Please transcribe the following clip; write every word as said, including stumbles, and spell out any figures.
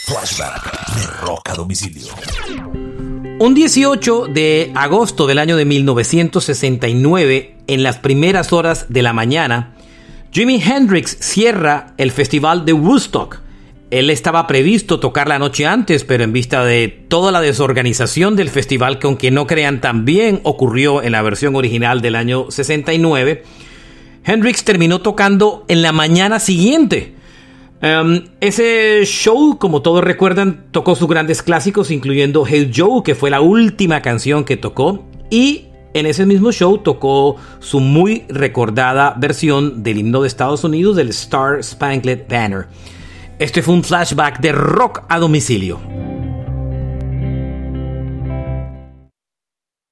Flashback de Rock a Domicilio. Un dieciocho de agosto del año de mil novecientos sesenta y nueve, en las primeras horas de la mañana, Jimi Hendrix cierra el festival de Woodstock. Él estaba previsto tocar la noche antes, pero en vista de toda la desorganización del festival, que aunque no crean también ocurrió en la versión original del año sesenta y nueve, Hendrix terminó tocando en la mañana siguiente. Um, ese show, como todos recuerdan, tocó sus grandes clásicos, incluyendo Hey Joe, que fue la última canción que tocó, y en ese mismo show tocó su muy recordada versión del himno de Estados Unidos, del Star Spangled Banner. Este fue un flashback de Rock a Domicilio.